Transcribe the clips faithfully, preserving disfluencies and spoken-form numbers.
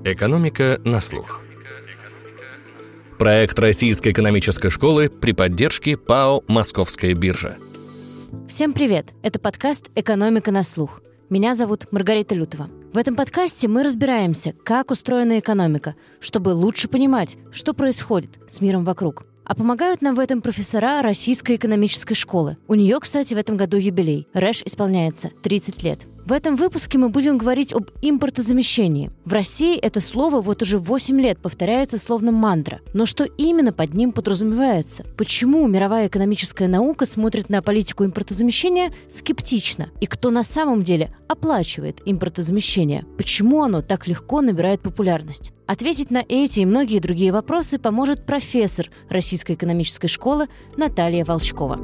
Экономика на слух. Проект Российской экономической школы при поддержке ПАО «Московская биржа». Всем привет! Это подкаст «Экономика на слух». Меня зовут Маргарита Лютова. В этом подкасте мы разбираемся, как устроена экономика, чтобы лучше понимать, что происходит с миром вокруг. А помогают нам в этом профессора Российской экономической школы. У нее, кстати, в этом году юбилей. РЭШ исполняется тридцать лет. В этом выпуске мы будем говорить об импортозамещении. В России это слово вот уже восемь лет повторяется словно мантра. Но что именно под ним подразумевается? Почему мировая экономическая наука смотрит на политику импортозамещения скептично? И кто на самом деле оплачивает импортозамещение? Почему оно так легко набирает популярность? Ответить на эти и многие другие вопросы поможет профессор Российской экономической школы Наталья Волчкова.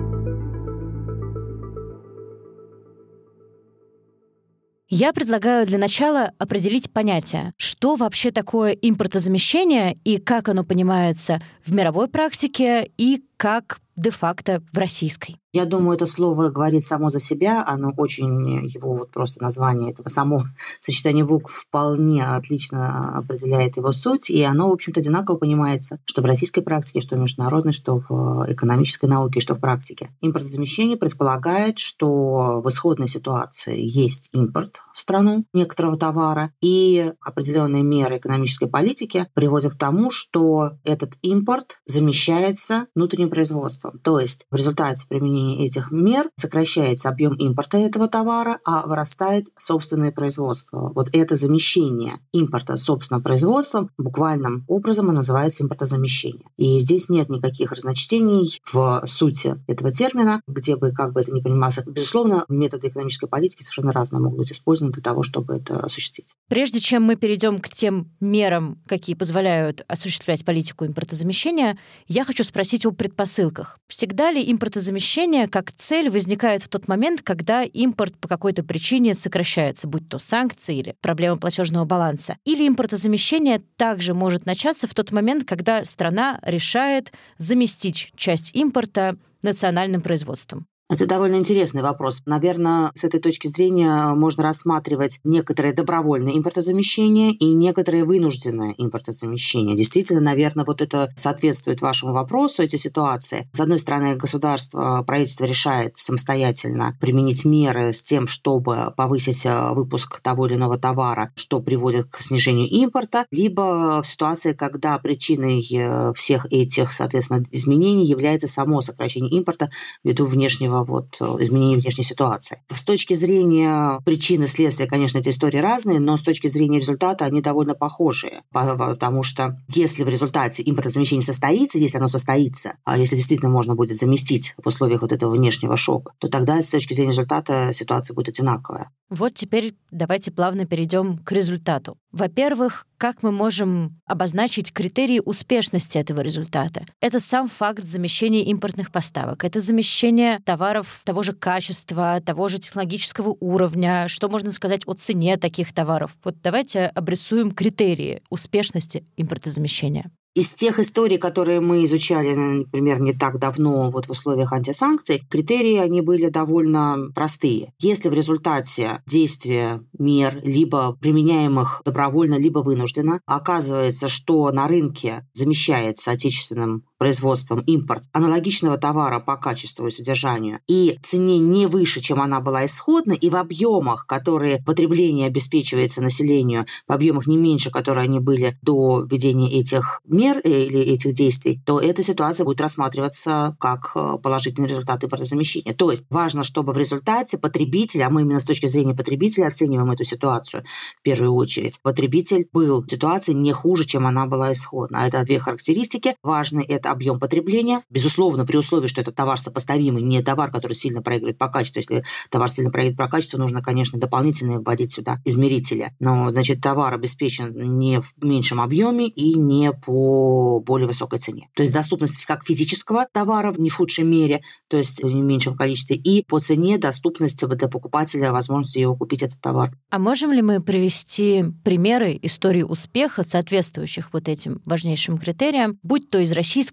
Я предлагаю для начала определить понятие, что вообще такое импортозамещение и как оно понимается в мировой практике и как де-факто в российской. Я думаю, это слово говорит само за себя, оно очень, его вот просто название этого, само сочетание букв вполне отлично определяет его суть, и оно, в общем-то, одинаково понимается, что в российской практике, что в международной, что в экономической науке, что в практике. Импортозамещение предполагает, что в исходной ситуации есть импорт в страну некоторого товара, и определенные меры экономической политики приводят к тому, что этот импорт замещается внутренним производством. То есть в результате применения этих мер сокращается объем импорта этого товара, а вырастает собственное производство. Вот это замещение импорта собственным производством буквальным образом и называется импортозамещение. И здесь нет никаких разночтений в сути этого термина, где бы как бы это ни понималось. Безусловно, методы экономической политики совершенно разные могут быть использованы для того, чтобы это осуществить. Прежде чем мы перейдем к тем мерам, какие позволяют осуществлять политику импортозамещения, я хочу спросить о предпосылках. Всегда ли импортозамещение как цель возникает в тот момент, когда импорт по какой-то причине сокращается, будь то санкции или проблема платежного баланса? Или импортозамещение также может начаться в тот момент, когда страна решает заместить часть импорта национальным производством? Это довольно интересный вопрос. Наверное, с этой точки зрения можно рассматривать некоторое добровольное импортозамещение и некоторое вынужденное импортозамещение. Действительно, наверное, вот это соответствует вашему вопросу, эти ситуации. С одной стороны, государство, правительство решает самостоятельно применить меры с тем, чтобы повысить выпуск того или иного товара, что приводит к снижению импорта, либо в ситуации, когда причиной всех этих, соответственно, изменений является само сокращение импорта ввиду внешнего вот, изменения внешней ситуации. С точки зрения причины и следствия, конечно, эти истории разные, но с точки зрения результата они довольно похожие, потому что если в результате импортозамещение состоится, если оно состоится, а если действительно можно будет заместить в условиях вот этого внешнего шока, то тогда с точки зрения результата ситуация будет одинаковая. Вот теперь давайте плавно перейдем к результату. Во-первых, как мы можем обозначить критерии успешности этого результата? Это сам факт замещения импортных поставок, это замещение товаров того же качества, того же технологического уровня, что можно сказать о цене таких товаров. Вот давайте обрисуем критерии успешности импортозамещения. Из тех историй, которые мы изучали, например, не так давно вот в условиях антисанкций, критерии, они были довольно простые. Если в результате действия мер, либо применяемых добровольно, либо вынужденно, оказывается, что на рынке замещается отечественным производством импорт аналогичного товара по качеству и содержанию, и цене не выше, чем она была исходно, и в объемах, которые потребление обеспечивается населению, в объемах не меньше, которые они были до введения этих мер или этих действий, то эта ситуация будет рассматриваться как положительный результат импортозамещения. То есть важно, чтобы в результате потребитель, а мы именно с точки зрения потребителя оцениваем эту ситуацию в первую очередь, потребитель был в ситуации не хуже, чем она была исходно. А это две характеристики. Важны — это объем потребления. Безусловно, при условии, что этот товар сопоставимый, не товар, который сильно проигрывает по качеству. Если товар сильно проигрывает по качеству, нужно, конечно, дополнительно вводить сюда измерители. Но, значит, товар обеспечен не в меньшем объеме и не по более высокой цене. То есть доступность как физического товара в не в худшей мере, то есть в меньшем количестве, и по цене доступность для покупателя, возможности его купить этот товар. А можем ли мы привести примеры истории успеха, соответствующих вот этим важнейшим критериям, будь то из российской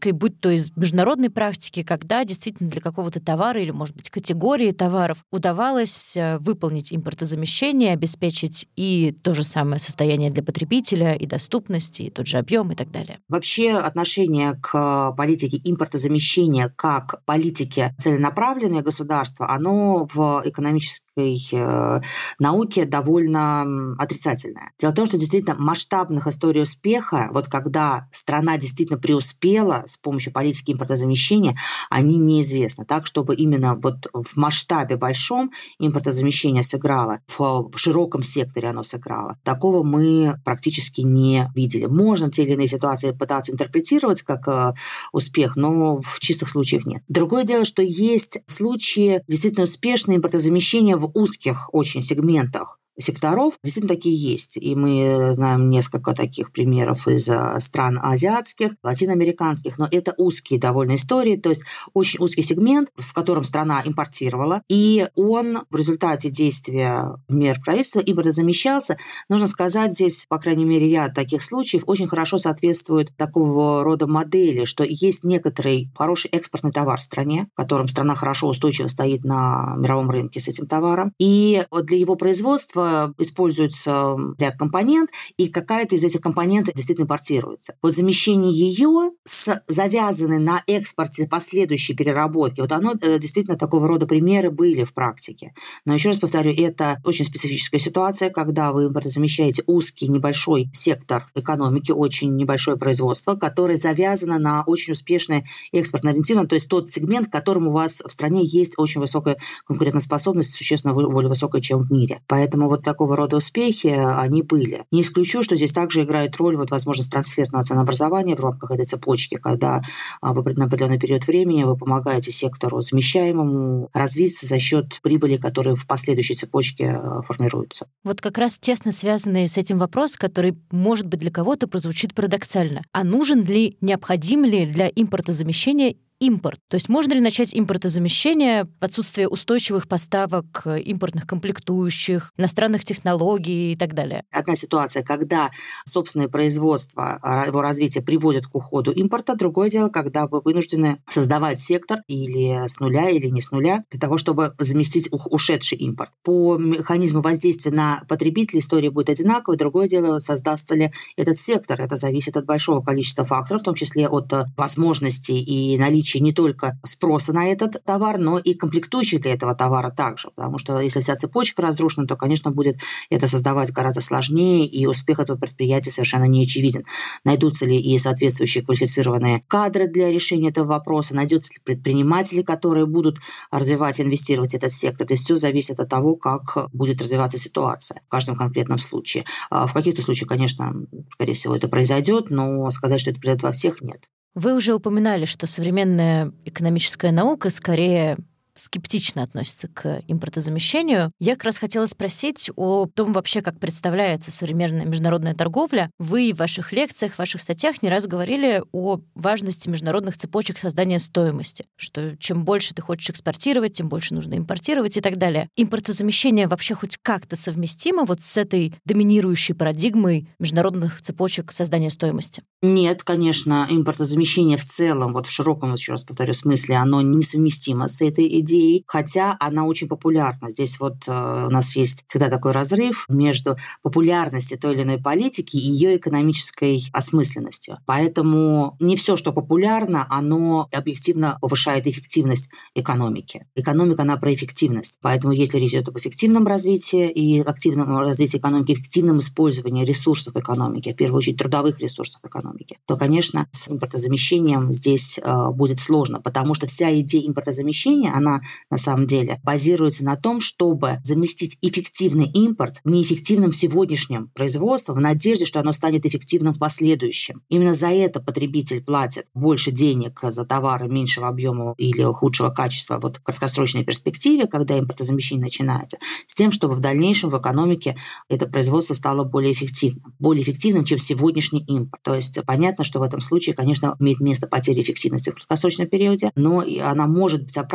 экономической, будь то из международной практики, когда действительно для какого-то товара или, может быть, категории товаров удавалось выполнить импортозамещение, обеспечить и то же самое состояние для потребителя, и доступность, и тот же объем, и так далее. Вообще отношение к политике импортозамещения как политике целенаправленное государства, оно в экономической э, науке довольно отрицательное. Дело в том, что действительно масштабных историй успеха, вот когда страна действительно преуспела с помощью политики импортозамещения, они неизвестны. Так, чтобы именно вот в масштабе большом импортозамещение сыграло, в широком секторе оно сыграло, такого мы практически не видели. Можно те или иные ситуации пытаться интерпретировать как э, успех, но в чистых случаях нет. Другое дело, что есть случаи действительно успешного импортозамещения в узких очень сегментах секторов, действительно такие есть. И мы знаем несколько таких примеров из стран азиатских, латиноамериканских, но это узкие довольно истории, то есть очень узкий сегмент, в котором страна импортировала, и он в результате действия мер правительства импортозамещался. Нужно сказать, здесь, по крайней мере, ряд таких случаев очень хорошо соответствует такого рода модели, что есть некоторый хороший экспортный товар в стране, в котором страна хорошо устойчиво стоит на мировом рынке с этим товаром, и для его производства используется ряд компонент, и какая-то из этих компонентов действительно импортируется. Вот замещение ее с завязанной на экспорте последующей переработки, вот оно действительно такого рода примеры были в практике. Но еще раз повторю, это очень специфическая ситуация, когда вы импортозамещаете узкий небольшой сектор экономики, очень небольшое производство, которое завязано на очень успешное экспортно-ориентированное, то есть тот сегмент, в котором у вас в стране есть очень высокая конкурентоспособность, существенно более высокая, чем в мире. Поэтому вот такого рода успехи, они были. Не исключу, что здесь также играет роль вот возможность трансферного ценообразования в рамках этой цепочки, когда в определенный период времени вы помогаете сектору замещаемому развиться за счет прибыли, которые в последующей цепочке формируются. Вот как раз тесно связанный с этим вопрос, который, может быть, для кого-то прозвучит парадоксально. А нужен ли, необходим ли для импортозамещения импорт? То есть можно ли начать импортозамещение в отсутствие устойчивых поставок импортных комплектующих, иностранных технологий и так далее? Одна ситуация, когда собственное производство, его развитие приводит к уходу импорта. Другое дело, когда вы вынуждены создавать сектор или с нуля, или не с нуля, для того, чтобы заместить ушедший импорт. По механизму воздействия на потребителей история будет одинаковой. Другое дело, создастся ли этот сектор. Это зависит от большого количества факторов, в том числе от возможностей и наличия не только спроса на этот товар, но и комплектующих для этого товара также. Потому что если вся цепочка разрушена, то, конечно, будет это создавать гораздо сложнее, и успех этого предприятия совершенно не очевиден. Найдутся ли и соответствующие квалифицированные кадры для решения этого вопроса, найдутся ли предприниматели, которые будут развивать и инвестировать в этот сектор. Здесь все зависит от того, как будет развиваться ситуация в каждом конкретном случае. В каких-то случаях, конечно, скорее всего, это произойдет, но сказать, что это произойдет во всех, нет. Вы уже упоминали, что современная экономическая наука скорее скептично относится к импортозамещению. Я как раз хотела спросить о том вообще, как представляется современная международная торговля. Вы в ваших лекциях, в ваших статьях не раз говорили о важности международных цепочек создания стоимости, что чем больше ты хочешь экспортировать, тем больше нужно импортировать и так далее. Импортозамещение вообще хоть как-то совместимо вот с этой доминирующей парадигмой международных цепочек создания стоимости? Нет, конечно, импортозамещение в целом, вот в широком, еще раз повторю, смысле, оно несовместимо с этой идеей, хотя она очень популярна. Здесь вот э, у нас есть всегда такой разрыв между популярностью той или иной политики и ее экономической осмысленностью. Поэтому не все, что популярно, оно объективно повышает эффективность экономики. Экономика, она про эффективность. Поэтому если речь идет об эффективном развитии и активном развитии экономики, эффективном использовании ресурсов экономики, в первую очередь трудовых ресурсов экономики, то, конечно, с импортозамещением здесь э, будет сложно, потому что вся идея импортозамещения, она на самом деле базируется на том, чтобы заместить эффективный импорт неэффективным сегодняшним производством в надежде, что оно станет эффективным в последующем. Именно за это потребитель платит больше денег за товары меньшего объема или худшего качества вот в краткосрочной перспективе, когда импортозамещение начинается, с тем, чтобы в дальнейшем в экономике это производство стало более эффективным. Более эффективным, чем сегодняшний импорт. То есть понятно, что в этом случае, конечно, имеет место потеря эффективности в краткосрочном периоде, но она может быть оправдана, если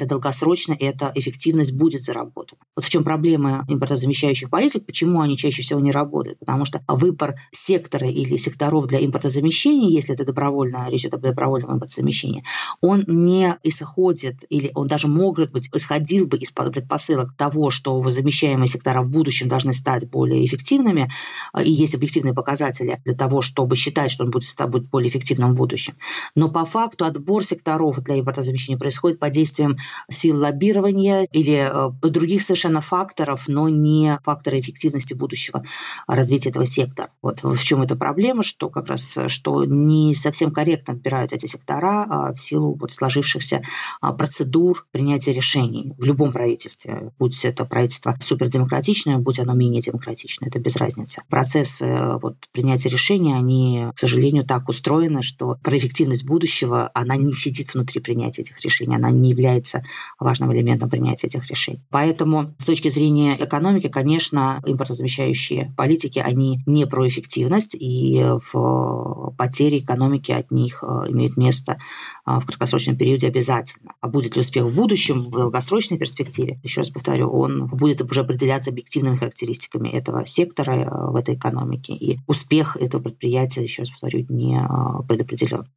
если долгосрочно эта эффективность будет заработана. Вот в чем проблема импортозамещающих политик, почему они чаще всего не работают. Потому что выбор сектора или секторов для импортозамещения, если это добровольно, речь идет об добровольном импортозамещении, он не исходит, или он даже, может быть, исходил бы из предпосылок того, что замещаемые сектора в будущем должны стать более эффективными, и есть объективные показатели для того, чтобы считать, что он будет, будет более эффективным в будущем. Но по факту отбор секторов для импортозамещения происходит под действием сил лоббирования или других совершенно факторов, но не фактора эффективности будущего развития этого сектора. Вот в чем эта проблема, что как раз что не совсем корректно отбираются эти сектора в силу вот сложившихся процедур принятия решений в любом правительстве, будь это правительство супердемократичное, будь оно менее демократичное, это без разницы. Процессы вот, принятия решений, они, к сожалению, так устроены, что про эффективность будущего, она не сидит внутри принятия этих решений, она не является важным элементом принятия этих решений. Поэтому с точки зрения экономики, конечно, импортозамещающие политики, они не про эффективность, и в потере экономики от них имеют место в краткосрочном периоде обязательно. А будет ли успех в будущем, в долгосрочной перспективе, еще раз повторю, он будет уже определяться объективными характеристиками этого сектора в этой экономике. И успех этого предприятия, еще раз повторю, не предопределен.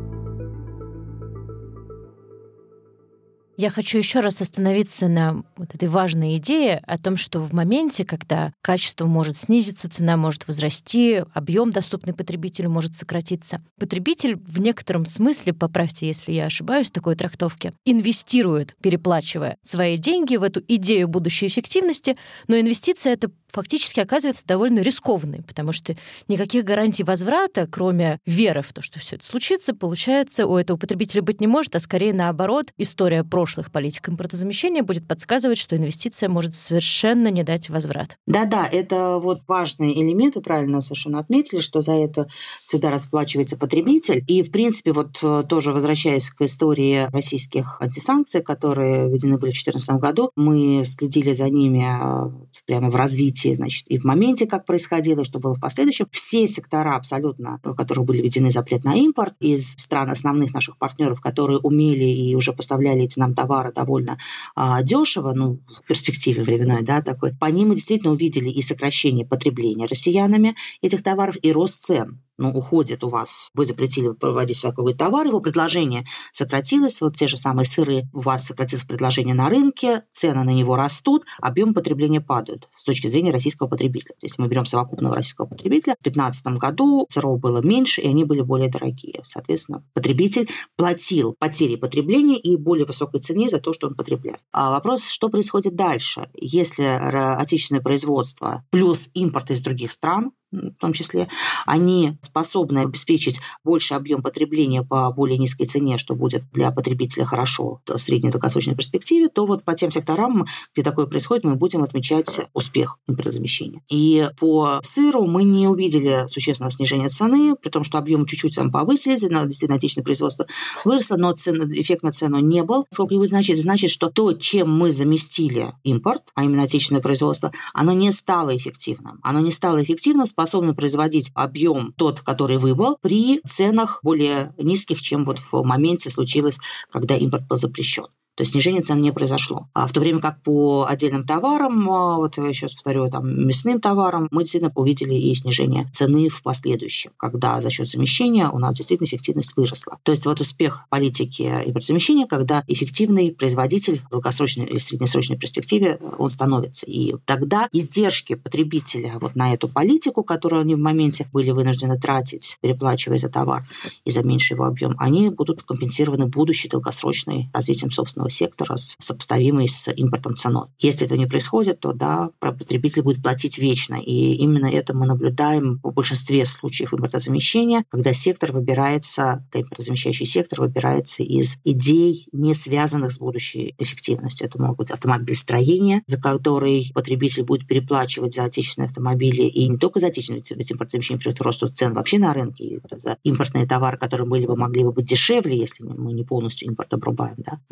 Я хочу еще раз остановиться на вот этой важной идее о том, что в моменте, когда качество может снизиться, цена может возрасти, объем, доступный потребителю, может сократиться, потребитель в некотором смысле, поправьте, если я ошибаюсь в такой трактовке, инвестирует, переплачивая свои деньги в эту идею будущей эффективности, но инвестиция это фактически оказывается довольно рискованной, потому что никаких гарантий возврата, кроме веры в то, что все это случится, получается, у этого потребителя быть не может, а скорее наоборот, история прошлых политик импортозамещения будет подсказывать, что инвестиция может совершенно не дать возврат. Да-да, это вот важный элемент, вы правильно совершенно отметили, что за это всегда расплачивается потребитель. И, в принципе, вот тоже возвращаясь к истории российских антисанкций, которые введены были в две тысячи четырнадцатом году, мы следили за ними прямо в развитии, значит, и в моменте, как происходило, и что было в последующем. Все сектора абсолютно, в которых были введены запрет на импорт из стран основных наших партнеров, которые умели и уже поставляли эти нам товары довольно а, дешево, ну, в перспективе временной, да, такой, по ним мы действительно увидели и сокращение потребления россиянами этих товаров, и рост цен. Ну, уходит у вас, вы запретили проводить какой-то товар, его предложение сократилось, вот те же самые сыры, у вас сократилось предложение на рынке, цены на него растут, объем потребления падают с точки зрения российского потребителя. Если мы берем совокупного российского потребителя, в две тысячи пятнадцатом году сыров было меньше, и они были более дорогие. Соответственно, потребитель платил потери потребления и более высокой цене за то, что он потребляет. А вопрос, что происходит дальше? Если отечественное производство плюс импорт из других стран, в том числе, они способны обеспечить больший объем потребления по более низкой цене, что будет для потребителя хорошо в средней долгосрочной перспективе, то вот по тем секторам, где такое происходит, мы будем отмечать успех импортозамещения. И по сыру мы не увидели существенного снижения цены, при том, что объемы чуть-чуть там повысились, но действительно отечественное производство выросло, но цен, эффект на цену не был. Сколько будет значить? Значит, что то, чем мы заместили импорт, а именно отечественное производство, оно не стало эффективным. Оно не стало эффективным, способны производить объем тот, который выбыл, при ценах более низких, чем вот в моменте случилось, когда импорт был запрещен. То есть снижение цен не произошло. А в то время как по отдельным товарам, вот еще раз повторю, там, мясным товарам, мы действительно увидели и снижение цены в последующем, когда за счет замещения у нас действительно эффективность выросла. То есть вот успех политики импортозамещения, когда эффективный производитель в долгосрочной или среднесрочной перспективе он становится. И тогда издержки потребителя вот на эту политику, которую они в моменте были вынуждены тратить, переплачивая за товар и за меньший его объем, они будут компенсированы будущей долгосрочной развитием собственного сектора, сопоставимой с импортом ценой. Если этого не происходит, то да, потребитель будет платить вечно. И именно это мы наблюдаем в большинстве случаев импортозамещения, когда сектор выбирается, импортозамещающий сектор выбирается из идей, не связанных с будущей эффективностью. Это может быть автомобилестроение, за который потребитель будет переплачивать за отечественные автомобили, и не только за отечественные, ведь импортозамещение приводит к росту цен вообще на рынке. И импортные товары, которые были бы, могли бы быть дешевле, если мы не полностью импорт обрубаем, да, мы из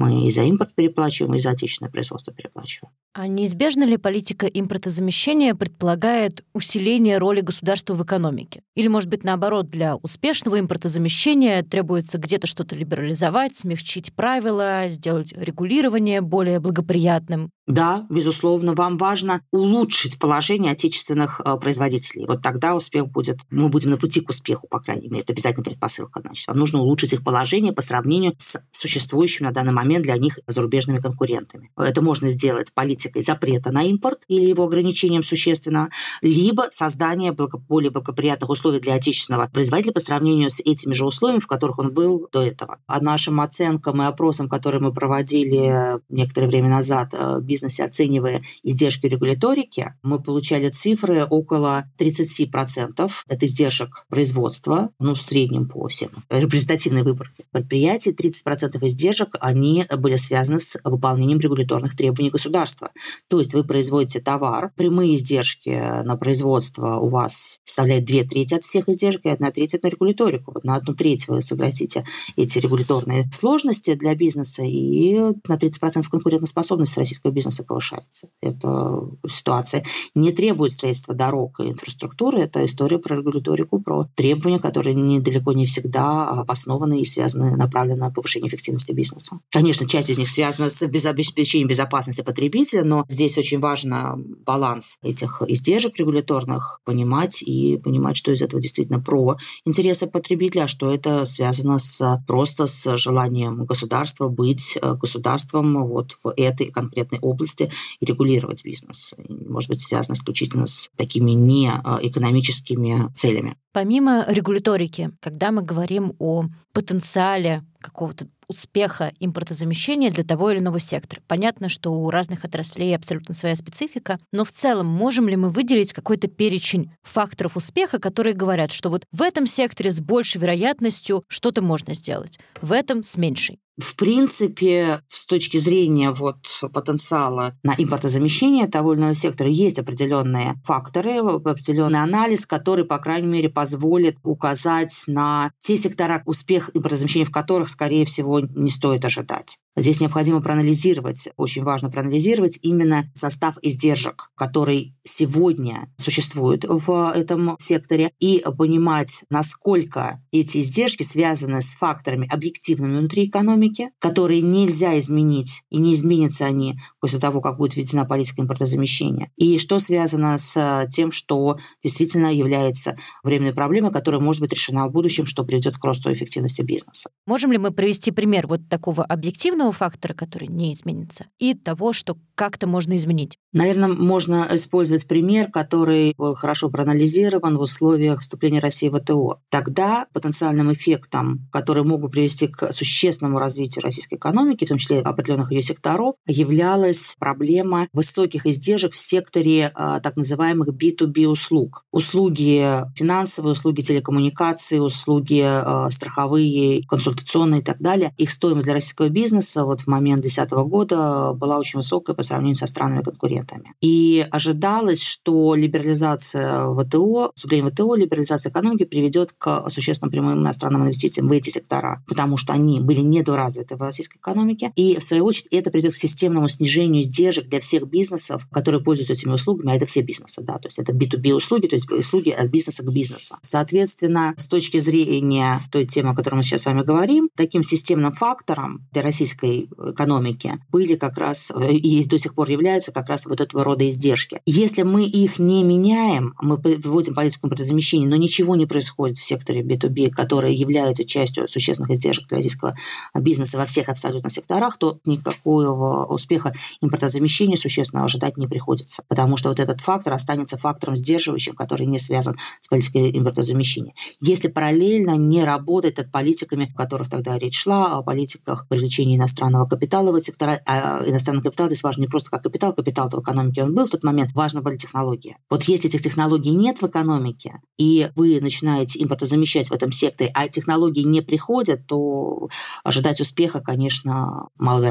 за импорт переплачиваем, и за отечественное производство переплачиваем. А неизбежна ли политика импортозамещения предполагает усиление роли государства в экономике? Или, может быть, наоборот, для успешного импортозамещения требуется где-то что-то либерализовать, смягчить правила, сделать регулирование более благоприятным? Да, безусловно, вам важно улучшить положение отечественных э, производителей. Вот тогда успех будет, мы будем на пути к успеху, по крайней мере. Это обязательно предпосылка. Значит, вам нужно улучшить их положение по сравнению с существующими на данный момент для них зарубежными конкурентами. Это можно сделать политикой запрета на импорт или его ограничением существенно, либо создание благо, более благоприятных условий для отечественного производителя по сравнению с этими же условиями, в которых он был до этого. А нашим оценкам и опросам, которые мы проводили некоторое время назад, бизнесе, оценивая издержки регуляторики, мы получали цифры около тридцать процентов. Это издержек производства, ну, в среднем по всем репрезентативной выборке предприятий. тридцать процентов издержек, они были связаны с выполнением регуляторных требований государства. То есть вы производите товар, прямые издержки на производство у вас составляют две трети от всех издержек, и одна треть на регуляторику. Вот на одну треть вы согласите эти регуляторные сложности для бизнеса, и на тридцать процентов конкурентоспособность российского бизнеса повышается. Эта ситуация не требует строительства дорог и инфраструктуры. Это история про регуляторику, про требования, которые недалеко не всегда обоснованы и связаны, направлены на повышение эффективности бизнеса. Конечно, часть из них связана с обеспечением безопасности потребителя, но здесь очень важно баланс этих издержек регуляторных понимать и понимать, что из этого действительно про интересы потребителя, а что это связано с, просто с желанием государства быть государством вот в этой конкретной области и регулировать бизнес. Может быть, связано исключительно с такими неэкономическими целями. Помимо регуляторики, когда мы говорим о потенциале какого-то успеха импортозамещения для того или иного сектора. Понятно, что у разных отраслей абсолютно своя специфика, но в целом можем ли мы выделить какой-то перечень факторов успеха, которые говорят, что вот в этом секторе с большей вероятностью что-то можно сделать, в этом с меньшей? В принципе, с точки зрения вот потенциала на импортозамещение того или иного сектора есть определенные факторы, определенный анализ, который, по крайней мере, позволит указать на те сектора, успех импортозамещения в которых, скорее всего, не стоит ожидать. Здесь необходимо проанализировать, очень важно проанализировать именно состав издержек, который сегодня существует в этом секторе, и понимать, насколько эти издержки связаны с факторами объективными внутри экономики, которые нельзя изменить, и не изменятся они после того, как будет введена политика импортозамещения, и что связано с тем, что действительно является временной проблемой, которая может быть решена в будущем, что приведет к росту эффективности бизнеса. Можем ли мы привести пример вот такого объективного фактора, который не изменится, и того, что как-то можно изменить? Наверное, можно использовать пример, который был хорошо проанализирован в условиях вступления России в ВТО. Тогда потенциальным эффектом, который мог бы привести к существенному развитию российской экономики, в том числе определенных ее секторов, являлась проблема высоких издержек в секторе а, так называемых би ту би услуг. Услуги финансовые, услуги телекоммуникации, услуги а, страховые, консультационные и так далее. Их стоимость для российского бизнеса вот в момент две тысячи десятого года была очень высокая по сравнению со странами-конкурентами. И ожидалось, что либерализация ВТО, вступление в ВТО, либерализация экономики приведет к существенным прямым иностранным инвестициям в эти сектора, потому что они были недоразвиты в российской экономике. И, в свою очередь, это приведет к системному снижению издержек для всех бизнесов, которые пользуются этими услугами, а это все бизнесы, да, то есть это би ту би услуги, то есть услуги от бизнеса к бизнесу. Соответственно, с точки зрения той темы, о которой мы сейчас с вами говорим, таким системным фактором для российской экономики были как раз, и до сих пор являются как раз вот этого рода издержки. Если мы их не меняем, мы вводим политику импортозамещения, но ничего не происходит в секторе би ту би, которые являются частью существенных издержек для российского бизнеса во всех абсолютно секторах, то никакого успеха импортозамещения существенного ожидать не приходится, потому что вот этот фактор останется фактором сдерживающим, который не связан с политикой импортозамещения. Если параллельно не работать над политиками, о которых тогда речь шла, о политиках привлечения иностранного капитала в эти сектора, а иностранный капитал здесь важен не просто как капитал, капитал в экономике он был в тот момент, важны были технологии. Вот если этих технологий нет в экономике, и вы начинаете импортозамещать в этом секторе, а технологии не приходят, то ожидать успеха, конечно, маловероятно.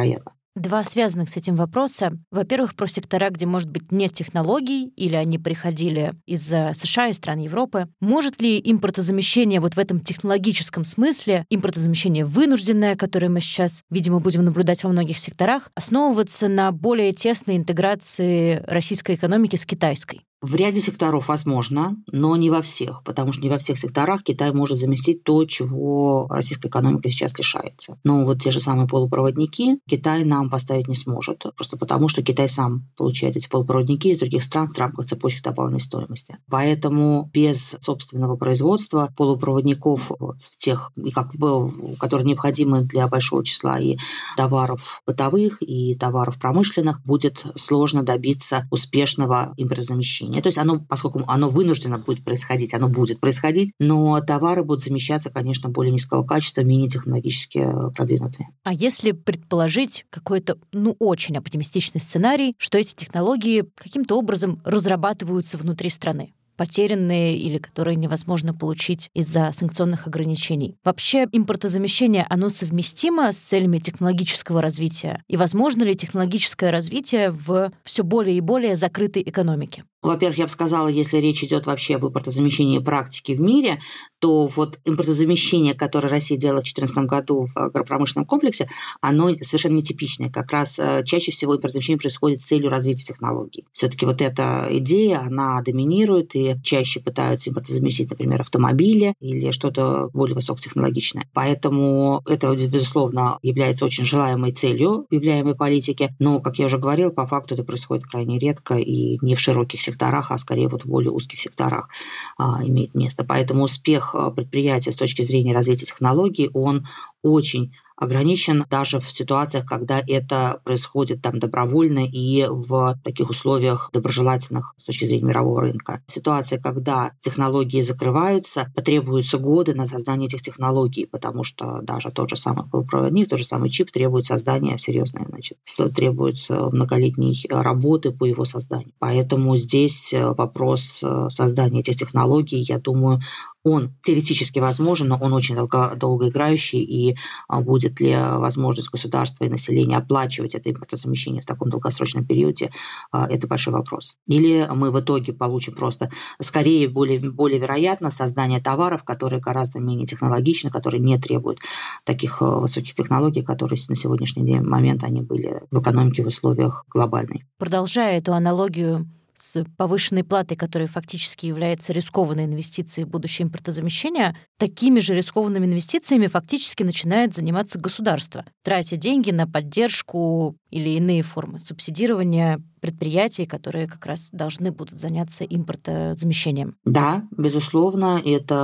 Два связанных с этим вопроса. Во-первых, про сектора, где, может быть, нет технологий, или они приходили из США и стран Европы. Может ли импортозамещение вот в этом технологическом смысле, импортозамещение вынужденное, которое мы сейчас, видимо, будем наблюдать во многих секторах, основываться на более тесной интеграции российской экономики с китайской? В ряде секторов возможно, но не во всех, потому что не во всех секторах Китай может заместить то, чего российская экономика сейчас лишается. Но вот те же самые полупроводники Китай нам поставить не сможет, просто потому что Китай сам получает эти полупроводники из других стран в рамках цепочек добавленной стоимости. Поэтому без собственного производства полупроводников вот, в тех, как бы, которые необходимы для большого числа и товаров бытовых, и товаров промышленных, будет сложно добиться успешного импортозамещения. То есть оно, поскольку оно вынуждено будет происходить, оно будет происходить, но товары будут замещаться, конечно, более низкого качества, менее технологически продвинутые. А если предположить какой-то, ну, очень оптимистичный сценарий, что эти технологии каким-то образом разрабатываются внутри страны? Потерянные или которые невозможно получить из-за санкционных ограничений. Вообще импортозамещение, оно совместимо с целями технологического развития? И возможно ли технологическое развитие в все более и более закрытой экономике? Во-первых, я бы сказала, если речь идет вообще об импортозамещении практики в мире, то вот импортозамещение, которое Россия делала в две тысячи четырнадцатом году в агропромышленном комплексе, оно совершенно нетипичное. Как раз чаще всего импортозамещение происходит с целью развития технологий. Все-таки вот эта идея, она доминирует, и чаще пытаются импортозаместить, например, автомобили или что-то более высокотехнологичное. Поэтому это, безусловно, является очень желаемой целью объявляемой политики, но, как я уже говорила, по факту это происходит крайне редко и не в широких секторах, а скорее вот в более узких секторах а, имеет место. Поэтому успех предприятия с точки зрения развития технологий, он очень ограничен даже в ситуациях, когда это происходит там добровольно и в таких условиях доброжелательных с точки зрения мирового рынка. Ситуация, когда технологии закрываются, потребуются годы на создание этих технологий, потому что даже тот же самый полупроводник, тот же самый чип требует создания серьезной, значит, требует многолетней работы по его созданию. Поэтому здесь вопрос создания этих технологий, я думаю, он теоретически возможен, но он очень долго, долгоиграющий, и будет ли возможность государства и населения оплачивать это импортозамещение в таком долгосрочном периоде, это большой вопрос. Или мы в итоге получим просто, скорее, более, более вероятно, создание товаров, которые гораздо менее технологичны, которые не требуют таких высоких технологий, которые на сегодняшний момент они были в экономике в условиях глобальной. Продолжая эту аналогию с повышенной платой, которая фактически является рискованной инвестицией в будущее импортозамещения, такими же рискованными инвестициями фактически начинает заниматься государство, тратя деньги на поддержку или иные формы субсидирования предприятий, которые как раз должны будут заняться импортозамещением. Да, безусловно,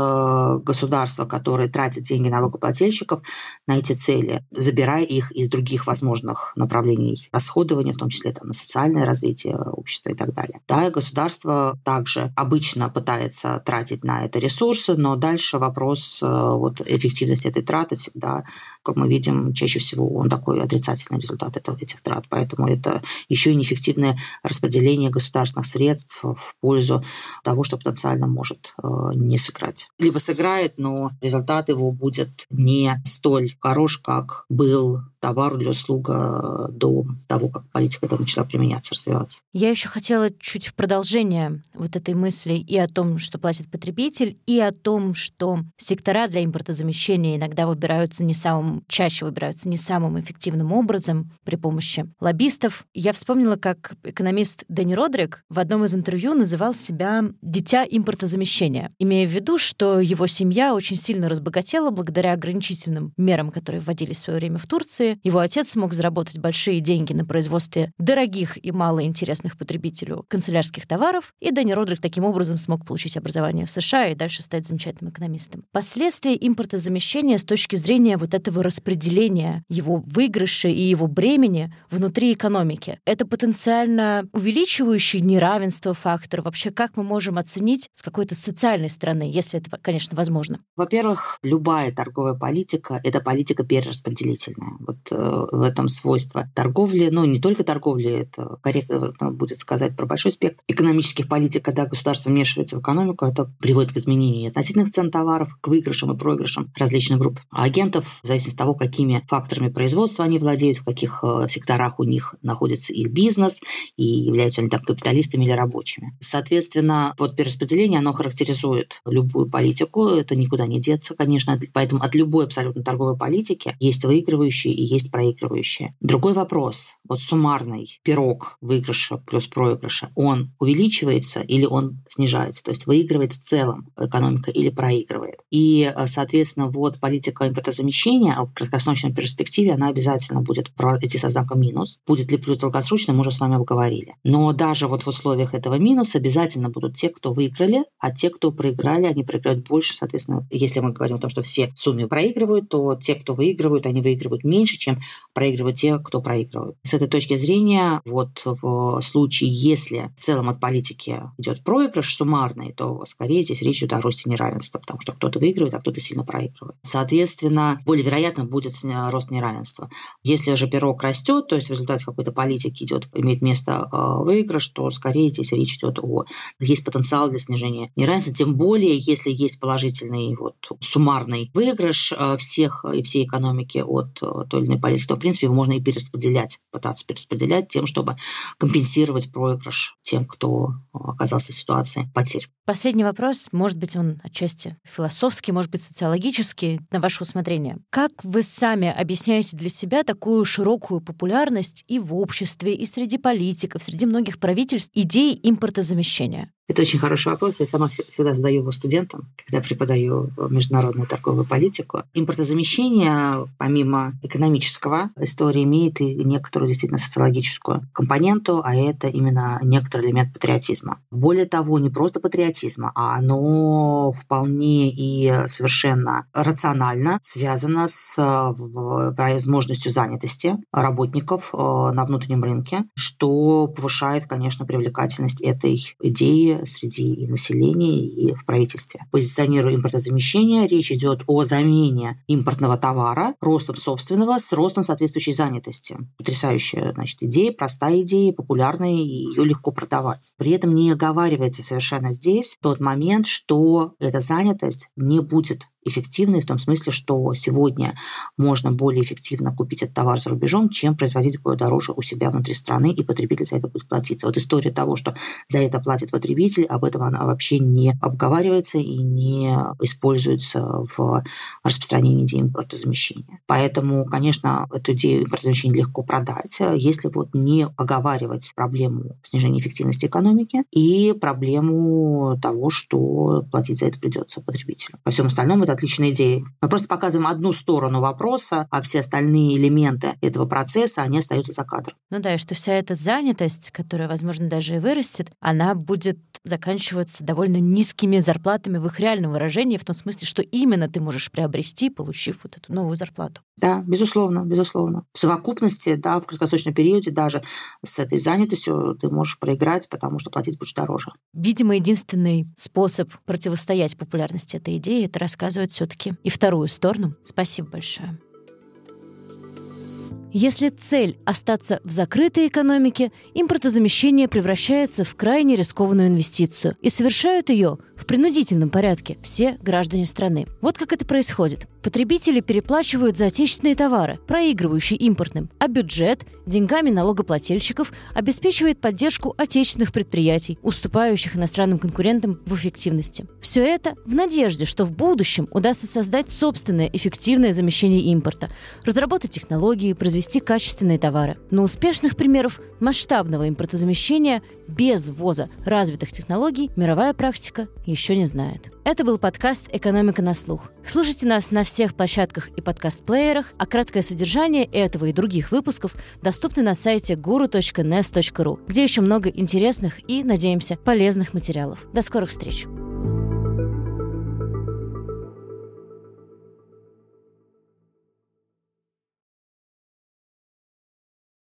это государство, которое тратит деньги налогоплательщиков на эти цели, забирая их из других возможных направлений расходования, в том числе там, на социальное развитие общества и так далее. Да, и государство также обычно пытается тратить на это ресурсы, но дальше вопрос вот, эффективности этой траты всегда, как мы видим, чаще всего он такой отрицательный результат этого, этих трат. Поэтому это еще и неэффективное распределение государственных средств в пользу того, что потенциально может э, не сыграть. Либо сыграет, но результат его будет не столь хорош, как был товар или услуга до того, как политика эта начала применяться, развиваться. Я еще хотела чуть в продолжение вот этой мысли и о том, что платит потребитель, и о том, что сектора для импортозамещения иногда выбираются не самым, чаще выбираются не самым эффективным образом при помощи лоббистов. Я вспомнила, как экономист Дэнни Родрик в одном из интервью называл себя «дитя импортозамещения», имея в виду, что его семья очень сильно разбогатела благодаря ограничительным мерам, которые вводились в свое время в Турции. Его отец смог заработать большие деньги на производстве дорогих и малоинтересных потребителю канцелярских товаров, и Дэнни Родрик таким образом смог получить образование в США и дальше стать замечательным экономистом. Последствия импортозамещения с точки зрения вот этого распределения его выигрыша и его бремени внутри экономики — это потенциально увеличивающий неравенство фактор. Вообще, как мы можем оценить с какой-то социальной стороны, если это, конечно, возможно? Во-первых, любая торговая политика — это политика перераспределительная. Вот вот в этом свойство торговли, ну, не только торговли, это корректно будет сказать про большой спектр экономических политик, когда государство вмешивается в экономику, это приводит к изменению относительных цен товаров, к выигрышам и проигрышам различных групп агентов, в зависимости от того, какими факторами производства они владеют, в каких секторах у них находится их бизнес, и являются они там капиталистами или рабочими. Соответственно, вот перераспределение, оно характеризует любую политику, это никуда не деться, конечно, поэтому от любой абсолютно торговой политики есть выигрывающие и есть проигрывающие. Другой вопрос, вот суммарный пирог выигрыша плюс проигрыша, он увеличивается или он снижается, то есть выигрывает в целом экономика или проигрывает. И, соответственно, вот политика импортозамещения в краткосрочной перспективе, она обязательно будет идти со знаком минус. Будет ли плюс долгосрочно, мы уже с вами обговорили. Но даже вот в условиях этого минуса обязательно будут те, кто выиграли, а те, кто проиграли, они проиграют больше. Соответственно, если мы говорим о том, что все в сумме проигрывают, то те, кто выигрывают, они выигрывают меньше, чем проигрывают те, кто проигрывают. С этой точки зрения, вот в случае, если в целом от политики идет проигрыш суммарный, то скорее здесь речь идет о росте неравенства, потому что кто-то выигрывает, а кто-то сильно проигрывает. Соответственно, более вероятно будет рост неравенства. Если же пирог растет, то есть в результате какой-то политики идет, имеет место выигрыш, то скорее здесь речь идет о... Есть потенциал для снижения неравенства, тем более, если есть положительный вот, суммарный выигрыш всех и всей экономики от той или иной политики, то, в принципе, его можно и перераспределять, пытаться перераспределять тем, чтобы компенсировать проигрыш тем, кто оказался в ситуации потерь. Последний вопрос, может быть, он отчасти философский, может быть, социологический, на ваше усмотрение. Как вы сами объясняете для себя такую широкую популярность и в обществе, и среди политиков, среди многих правительств идеи импортозамещения? Это очень хороший вопрос. Я сама всегда задаю его студентам, когда преподаю международную торговую политику. Импортозамещение, помимо экономического истории, имеет и некоторую действительно социологическую компоненту, а это именно некоторый элемент патриотизма. Более того, не просто патриотизма, а оно вполне и совершенно рационально связано с возможностью занятости работников на внутреннем рынке, что повышает, конечно, привлекательность этой идеи среди и населения, и в правительстве. Позиционируя импортозамещение, речь идет о замене импортного товара ростом собственного с ростом соответствующей занятости. Потрясающая, значит, идея, простая идея, популярная, и ее легко продавать. При этом не оговаривается совершенно здесь тот момент, что эта занятость не будет эффективной в том смысле, что сегодня можно более эффективно купить этот товар за рубежом, чем производить его дороже у себя внутри страны, и потребитель за это будет платиться. Вот история того, что за это платит потребитель, об этом она вообще не обговаривается и не используется в распространении идеи импортозамещения. Поэтому, конечно, эту идею импортозамещения легко продать, если вот не оговаривать проблему снижения эффективности экономики и проблему того, что платить за это придется потребителю. Во всем остальном это отличная идея. Мы просто показываем одну сторону вопроса, а все остальные элементы этого процесса, они остаются за кадром. Ну да, и что вся эта занятость, которая, возможно, даже и вырастет, она будет заканчиваться довольно низкими зарплатами в их реальном выражении, в том смысле, что именно ты можешь приобрести, получив вот эту новую зарплату. Да, безусловно, безусловно. В совокупности, да, в краткосрочном периоде даже с этой занятостью ты можешь проиграть, потому что платить будешь дороже. Видимо, единственный способ противостоять популярности этой идеи — это рассказывать все-таки и вторую сторону. Спасибо большое. Если цель — остаться в закрытой экономике, импортозамещение превращается в крайне рискованную инвестицию, и совершают ее в принудительном порядке все граждане страны. Вот как это происходит. Потребители переплачивают за отечественные товары, проигрывающие импортным, а бюджет деньгами налогоплательщиков обеспечивает поддержку отечественных предприятий, уступающих иностранным конкурентам в эффективности. Все это в надежде, что в будущем удастся создать собственное эффективное замещение импорта, разработать технологии, произвести качественные товары. Но успешных примеров масштабного импортозамещения без ввоза развитых технологий мировая практика еще не знает. Это был подкаст «Экономика на слух». Слушайте нас на всех площадках и подкаст-плеерах, а краткое содержание этого и других выпусков доступны на сайте гуру точка нес точка ру, где еще много интересных и, надеемся, полезных материалов. До скорых встреч!